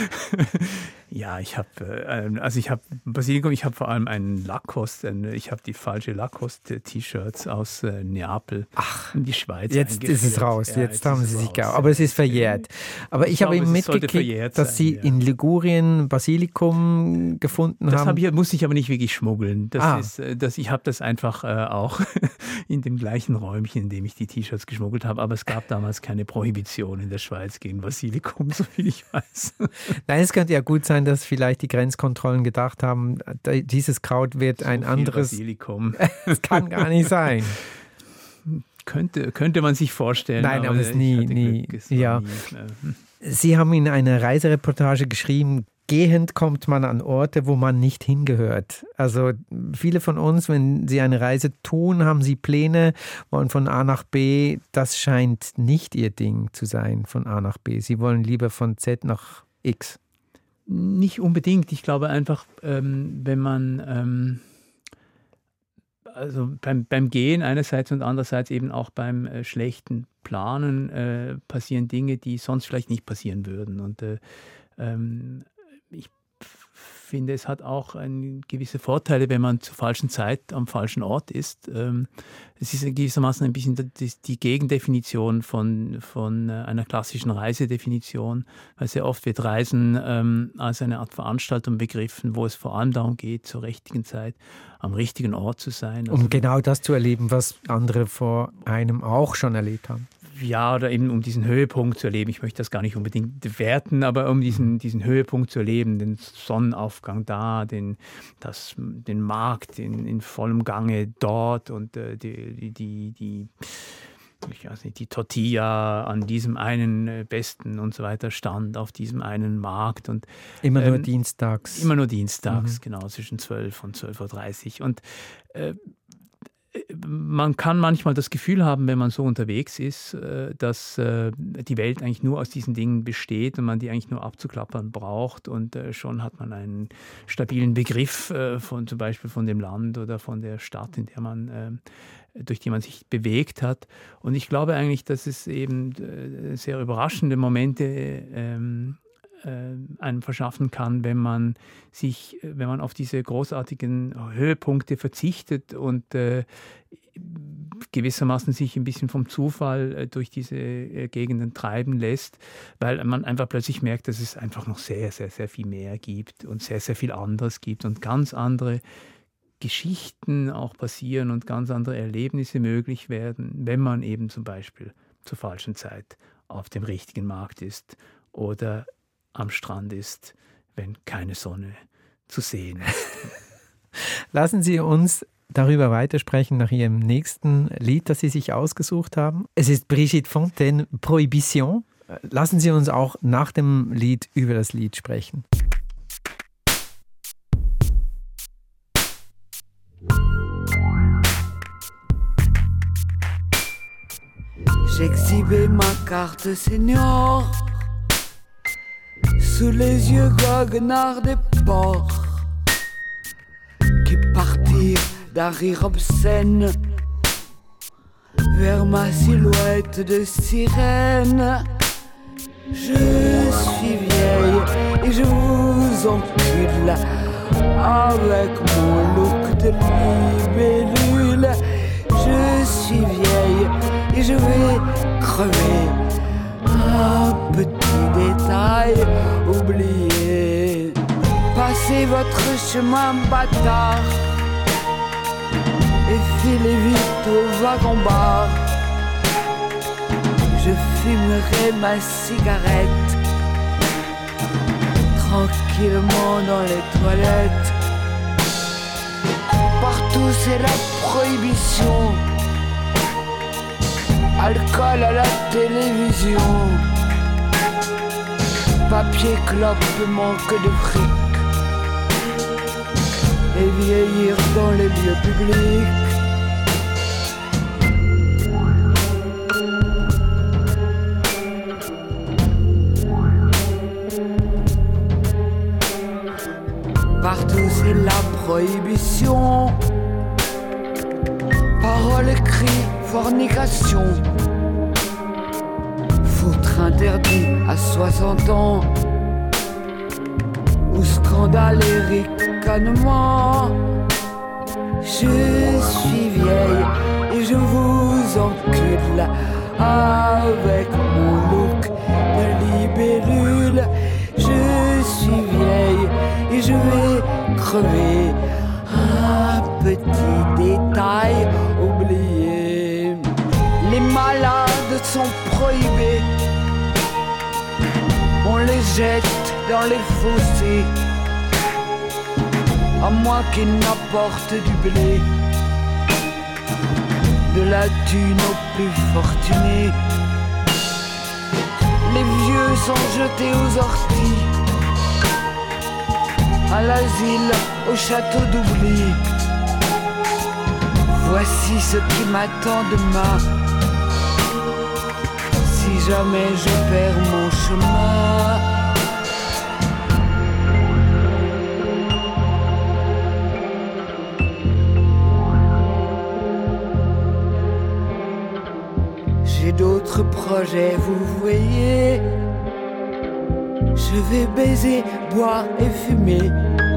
Ja, ich habe äh, also ich habe Basilikum, ich habe vor allem einen Lacoste, äh, ich habe die falsche Lacoste-T-Shirts aus äh, Neapel Ach, in die Schweiz jetzt eingeführt. ist es raus, ja, jetzt, jetzt haben Sie sich gar, aber es ist verjährt. Aber ich, ich habe eben mitgekriegt, dass Sie sein, ja. in Ligurien Basilikum gefunden das haben. Hab ich, musste ich aber nicht wirklich schmuggeln. Das ah. ist, das, ich habe das einfach äh, auch in dem gleichen Räumchen, in dem ich die T-Shirts geschmuggelt habe, aber es gab damals keine Prohibition in der Schweiz gegen Basilikum, so viel ich weiß. Nein, es könnte ja gut sein, dass vielleicht die Grenzkontrollen gedacht haben, dieses Kraut wird so ein anderes... Basilikum. Das kann gar nicht sein. Könnte, könnte man sich vorstellen. Nein, aber, aber es nie, nie. Glück, es ja. nie äh, Sie haben in einer Reisereportage geschrieben, gehend kommt man an Orte, wo man nicht hingehört. Also viele von uns, wenn sie eine Reise tun, haben sie Pläne, wollen von A nach B. Das scheint nicht ihr Ding zu sein, von A nach B. Sie wollen lieber von Z nach X. Nicht unbedingt. Ich glaube einfach, ähm, wenn man ähm, also beim, beim Gehen einerseits und andererseits eben auch beim äh, schlechten Planen äh, passieren Dinge, die sonst vielleicht nicht passieren würden. Und äh, ähm, ich finde, es hat auch ein, gewisse Vorteile, wenn man zur falschen Zeit am falschen Ort ist. Ähm, es ist gewissermaßen ein bisschen die, die Gegendefinition von, von einer klassischen Reisedefinition, weil sehr oft wird Reisen ähm, als eine Art Veranstaltung begriffen, wo es vor allem darum geht, zur richtigen Zeit am richtigen Ort zu sein. Also, um genau das zu erleben, was andere vor einem auch schon erlebt haben. Ja, oder eben um diesen Höhepunkt zu erleben. Ich möchte das gar nicht unbedingt werten, aber um diesen, diesen Höhepunkt zu erleben, den Sonnenaufgang da, den, das, den Markt in, in vollem Gange dort und äh, die, die, die, die, ich weiß nicht, die Tortilla an diesem einen äh, besten und so weiter Stand auf diesem einen Markt. Und, immer nur ähm, dienstags. Immer nur dienstags, mhm. genau, zwischen zwölf und zwölf Uhr dreißig. Und äh, man kann manchmal das Gefühl haben, wenn man so unterwegs ist, dass die Welt eigentlich nur aus diesen Dingen besteht und man die eigentlich nur abzuklappern braucht und schon hat man einen stabilen Begriff von zum Beispiel von dem Land oder von der Stadt, in der man, durch die man sich bewegt hat. Und ich glaube eigentlich, dass es eben sehr überraschende Momente ähm, einem verschaffen kann, wenn man sich, wenn man auf diese großartigen Höhepunkte verzichtet und äh, gewissermaßen sich ein bisschen vom Zufall äh, durch diese äh, Gegenden treiben lässt, weil man einfach plötzlich merkt, dass es einfach noch sehr, sehr, sehr viel mehr gibt und sehr, sehr viel anderes gibt und ganz andere Geschichten auch passieren und ganz andere Erlebnisse möglich werden, wenn man eben zum Beispiel zur falschen Zeit auf dem richtigen Markt ist oder am Strand ist, wenn keine Sonne zu sehen ist. Lassen Sie uns darüber weitersprechen nach Ihrem nächsten Lied, das Sie sich ausgesucht haben. Es ist Brigitte Fontaine, Prohibition. Lassen Sie uns auch nach dem Lied über das Lied sprechen. J'exhibais ma carte senior sous les yeux goguenards des porcs qui partirent d'un rire obscène vers ma silhouette de sirène. Je suis vieille et je vous encule avec mon look de libellule. Je suis vieille et je vais crever. Un petit détail oublié. Passez votre chemin bâtard et filez vite au wagon-bar. Je fumerai ma cigarette tranquillement dans les toilettes. Partout c'est la prohibition. Alcool à la télévision. Papier, clope, manque de fric. Et vieillir dans les lieux publics. Partout c'est la prohibition. Paroles, cris, fornication. Foutre interdit à soixante ans. Ou scandale et ricanement. Je suis vieille et je vous encule avec mon look de libellule. Je suis vieille et je vais crever. Un petit détail oublié. Les malades sont prohibés. On les jette dans les fossés. À moins qu'ils n'apportent du blé. De la thune aux plus fortunés. Les vieux sont jetés aux orties. À l'asile, au château d'oubli. Voici ce qui m'attend demain. Si jamais je perds mon chemin. J'ai d'autres projets, vous voyez. Je vais baiser, boire et fumer.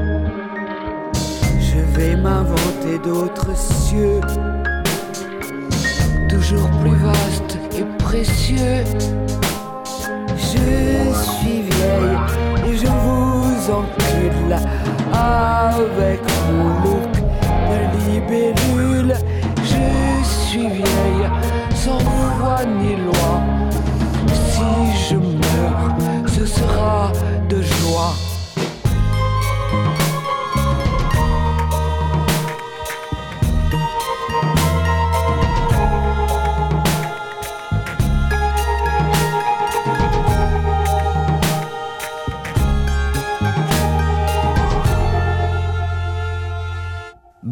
Je vais m'inventer d'autres cieux, toujours plus vastes et précieux. Je suis vieille et je vous encule avec mon look de libellule. Je suis vieille sans foi ni loi. Si je meurs, ce sera de joie.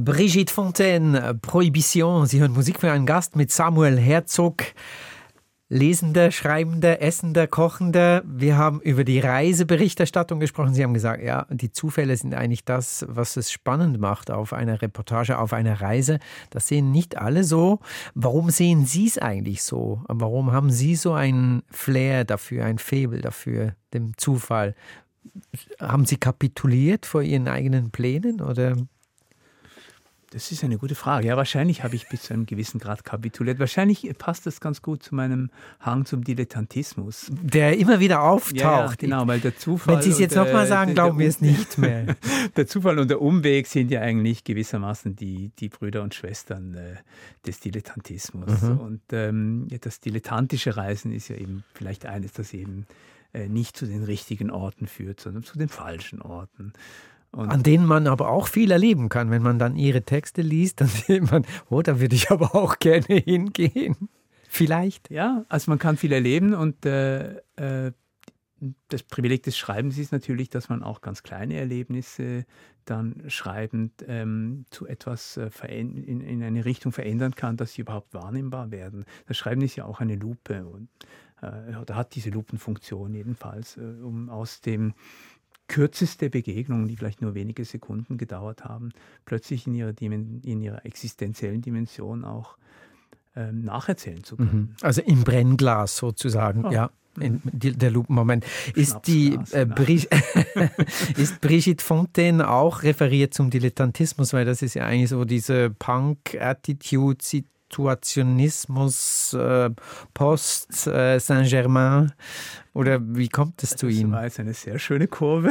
Brigitte Fontaine, Prohibition. Sie hören Musik für einen Gast mit Samuel Herzog. Lesender, Schreibender, Essender, Kochender. Wir haben über die Reiseberichterstattung gesprochen. Sie haben gesagt, ja, die Zufälle sind eigentlich das, was es spannend macht auf einer Reportage, auf einer Reise. Das sehen nicht alle so. Warum sehen Sie es eigentlich so? Warum haben Sie so einen Flair dafür, ein Faible dafür, dem Zufall? Haben Sie kapituliert vor Ihren eigenen Plänen oder? Das ist eine gute Frage. Ja, wahrscheinlich habe ich bis zu einem gewissen Grad kapituliert. Wahrscheinlich passt das ganz gut zu meinem Hang zum Dilettantismus. Der immer wieder auftaucht. Ja, ja, genau, weil der Zufall... Wenn Sie es jetzt nochmal sagen, glauben wir es nicht mehr. Der Zufall und der Umweg sind ja eigentlich gewissermaßen die, die Brüder und Schwestern äh, des Dilettantismus. Mhm. Und ähm, ja, das dilettantische Reisen ist ja eben vielleicht eines, das eben äh, nicht zu den richtigen Orten führt, sondern zu den falschen Orten. Und an denen man aber auch viel erleben kann. Wenn man dann ihre Texte liest, dann sieht man, oh, da würde ich aber auch gerne hingehen. Vielleicht. Ja, also man kann viel erleben und äh, äh, das Privileg des Schreibens ist natürlich, dass man auch ganz kleine Erlebnisse dann schreibend ähm, zu etwas äh, in, in eine Richtung verändern kann, dass sie überhaupt wahrnehmbar werden. Das Schreiben ist ja auch eine Lupe und äh, oder hat diese Lupenfunktion jedenfalls, äh, um aus dem kürzeste Begegnungen, die vielleicht nur wenige Sekunden gedauert haben, plötzlich in ihrer, in ihrer existenziellen Dimension auch ähm, nacherzählen zu können. Also im Brennglas sozusagen, oh. ja. In der Lupenmoment. Ist, die, äh, Bri- ist Brigitte Fontaine auch referiert zum Dilettantismus, weil das ist ja eigentlich so diese Punk-Attitude, Situationismus, äh, Post, äh, Saint-Germain, oder wie kommt es zu Ihnen? Das war jetzt eine sehr schöne Kurve.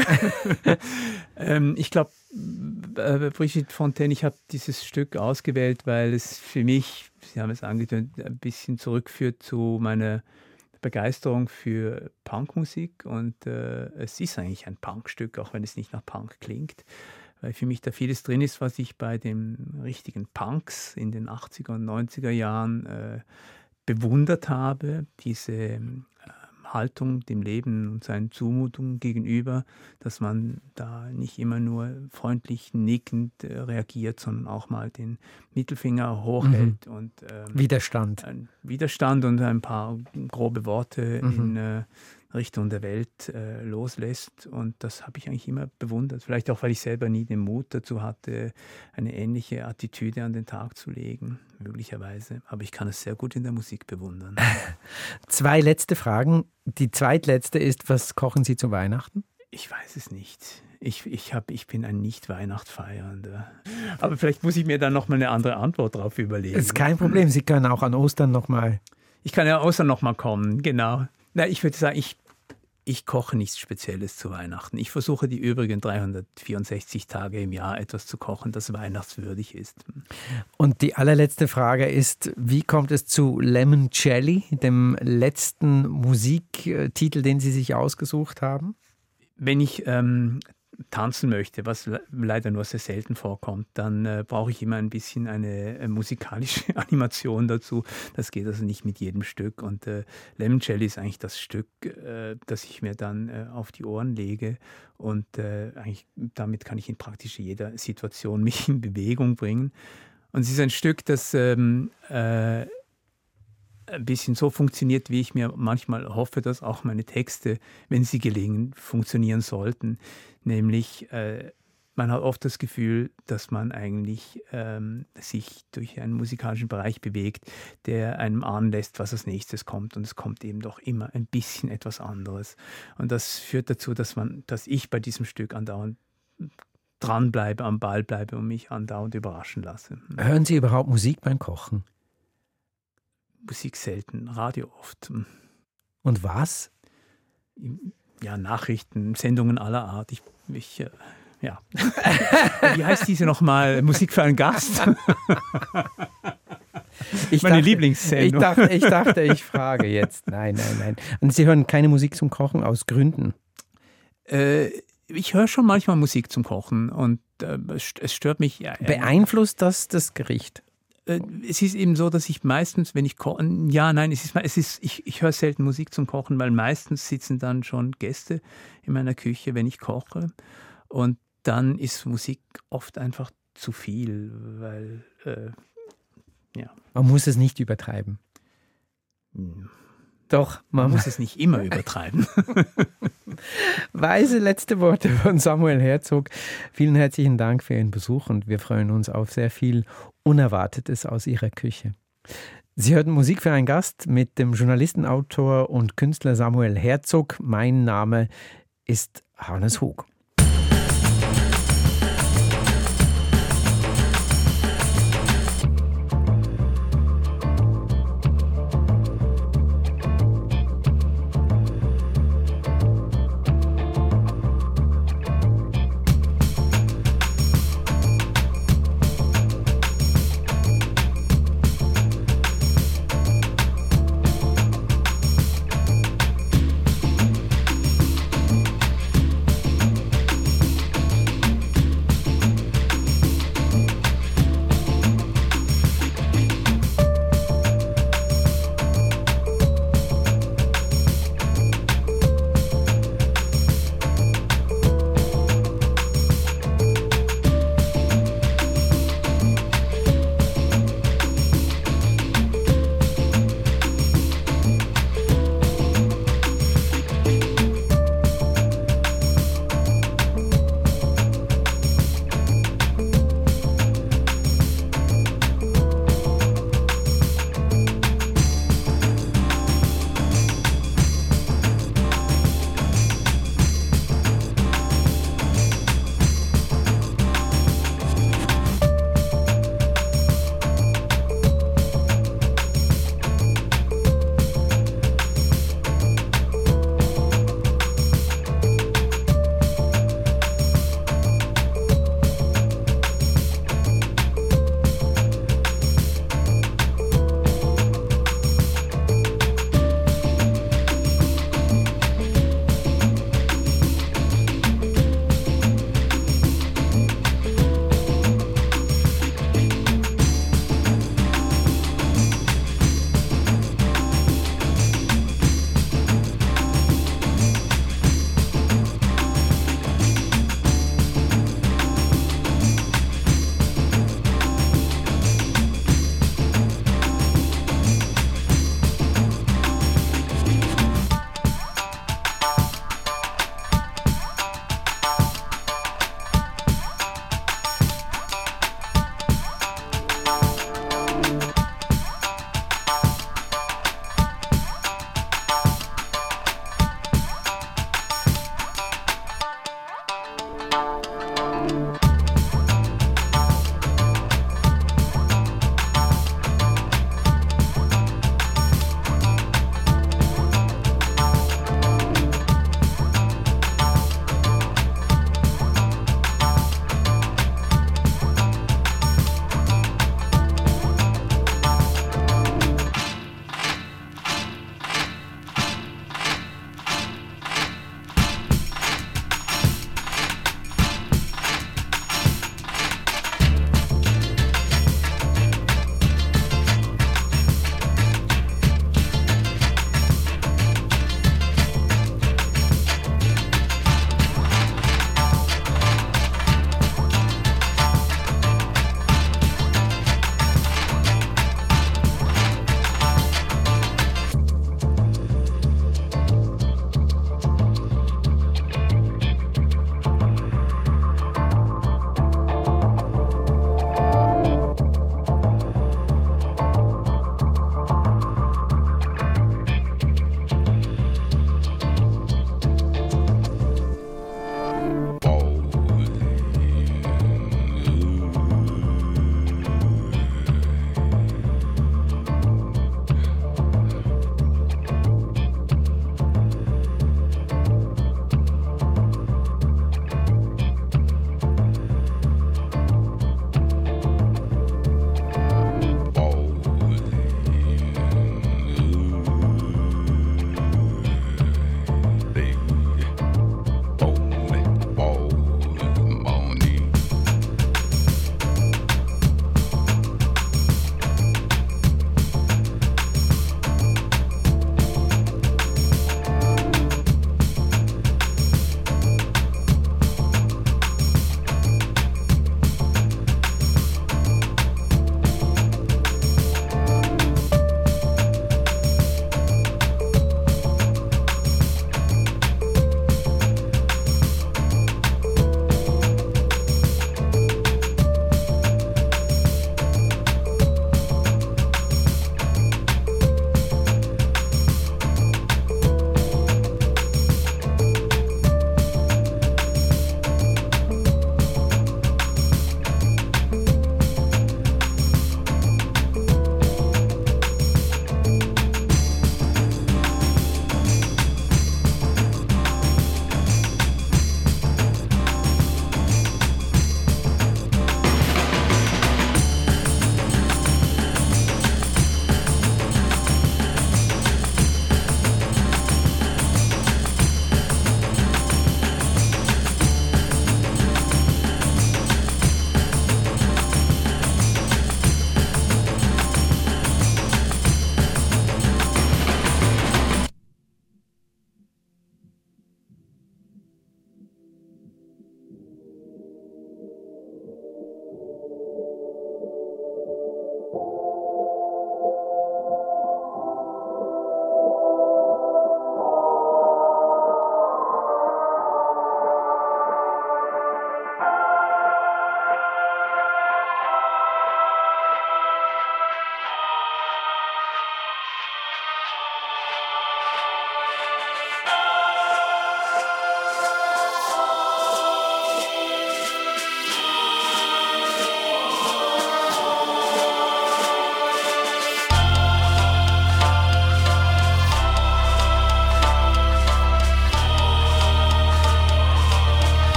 ähm, ich glaube, äh, Brigitte Fontaine, ich habe dieses Stück ausgewählt, weil es für mich, Sie haben es angetönt, ein bisschen zurückführt zu meiner Begeisterung für Punkmusik und äh, es ist eigentlich ein Punkstück, auch wenn es nicht nach Punk klingt. Weil für mich da vieles drin ist, was ich bei den richtigen Punks in den achtziger und neunziger Jahren äh, bewundert habe. Diese äh, Haltung dem Leben und seinen Zumutungen gegenüber, dass man da nicht immer nur freundlich nickend äh, reagiert, sondern auch mal den Mittelfinger hochhält. Mhm. Und ähm, Widerstand. Ein Widerstand und ein paar grobe Worte mhm. in äh, Richtung der Welt äh, loslässt. Und das habe ich eigentlich immer bewundert. Vielleicht auch, weil ich selber nie den Mut dazu hatte, eine ähnliche Attitüde an den Tag zu legen, möglicherweise. Aber ich kann es sehr gut in der Musik bewundern. Zwei letzte Fragen. Die zweitletzte ist, was kochen Sie zu Weihnachten? Ich weiß es nicht. Ich, ich, hab, ich bin ein Nicht-Weihnachtsfeiernder. Aber vielleicht muss ich mir dann nochmal eine andere Antwort drauf überlegen. Das ist kein Problem. Sie können auch an Ostern nochmal... Ich kann ja an Ostern nochmal kommen, genau. Na, ich würde sagen, ich... Ich koche nichts Spezielles zu Weihnachten. Ich versuche die übrigen dreihundertvierundsechzig Tage im Jahr etwas zu kochen, das weihnachtswürdig ist. Und die allerletzte Frage ist, wie kommt es zu Lemon Jelly, dem letzten Musiktitel, den Sie sich ausgesucht haben? Wenn ich ähm, tanzen möchte, was le- leider nur sehr selten vorkommt, dann äh, brauche ich immer ein bisschen eine äh, musikalische Animation dazu. Das geht also nicht mit jedem Stück. Und äh, Lemon Jelly ist eigentlich das Stück, äh, das ich mir dann äh, auf die Ohren lege. Und äh, eigentlich damit kann ich in praktisch jeder Situation mich in Bewegung bringen. Und es ist ein Stück, das ähm, äh, ein bisschen so funktioniert, wie ich mir manchmal hoffe, dass auch meine Texte, wenn sie gelingen, funktionieren sollten. Nämlich, äh, man hat oft das Gefühl, dass man eigentlich ähm, sich durch einen musikalischen Bereich bewegt, der einem ahnen lässt, was als nächstes kommt. Und es kommt eben doch immer ein bisschen etwas anderes. Und das führt dazu, dass man, dass ich bei diesem Stück andauernd dranbleibe, am Ball bleibe und mich andauernd überraschen lasse. Hören Sie überhaupt Musik beim Kochen? Musik selten, Radio oft. Und was? Ja, Nachrichten, Sendungen aller Art. Ich, ich äh, ja. Wie heißt diese nochmal? Musik für einen Gast? Ich Meine dachte, Lieblingssendung. Ich dachte, ich dachte, ich frage jetzt. Nein, nein, nein. Und Sie hören keine Musik zum Kochen aus Gründen? Äh, ich höre schon manchmal Musik zum Kochen und äh, es stört mich. Ja, Beeinflusst das das Gericht? Es ist eben so, dass ich meistens, wenn ich koche, ja, nein, es ist, es ist, ich, ich höre selten Musik zum Kochen, weil meistens sitzen dann schon Gäste in meiner Küche, wenn ich koche. Und dann ist Musik oft einfach zu viel, weil äh, ja. Man muss es nicht übertreiben. Hm. Doch, man, man muss es nicht immer übertreiben. Weise letzte Worte von Samuel Herzog. Vielen herzlichen Dank für Ihren Besuch und wir freuen uns auf sehr viel Unerwartetes aus Ihrer Küche. Sie hörten Musik für einen Gast mit dem Journalisten, Autor und Künstler Samuel Herzog. Mein Name ist Hannes Hug.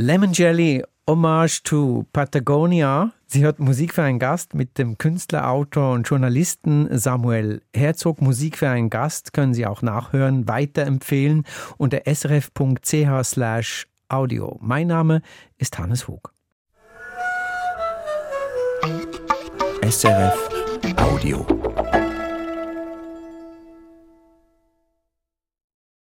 Lemon Jelly, Hommage to Patagonia. Sie hört Musik für einen Gast mit dem Künstler, Autor und Journalisten Samuel Herzog. Musik für einen Gast können Sie auch nachhören, weiterempfehlen unter srf.ch slash audio. Mein Name ist Hannes Hug. S R F Audio.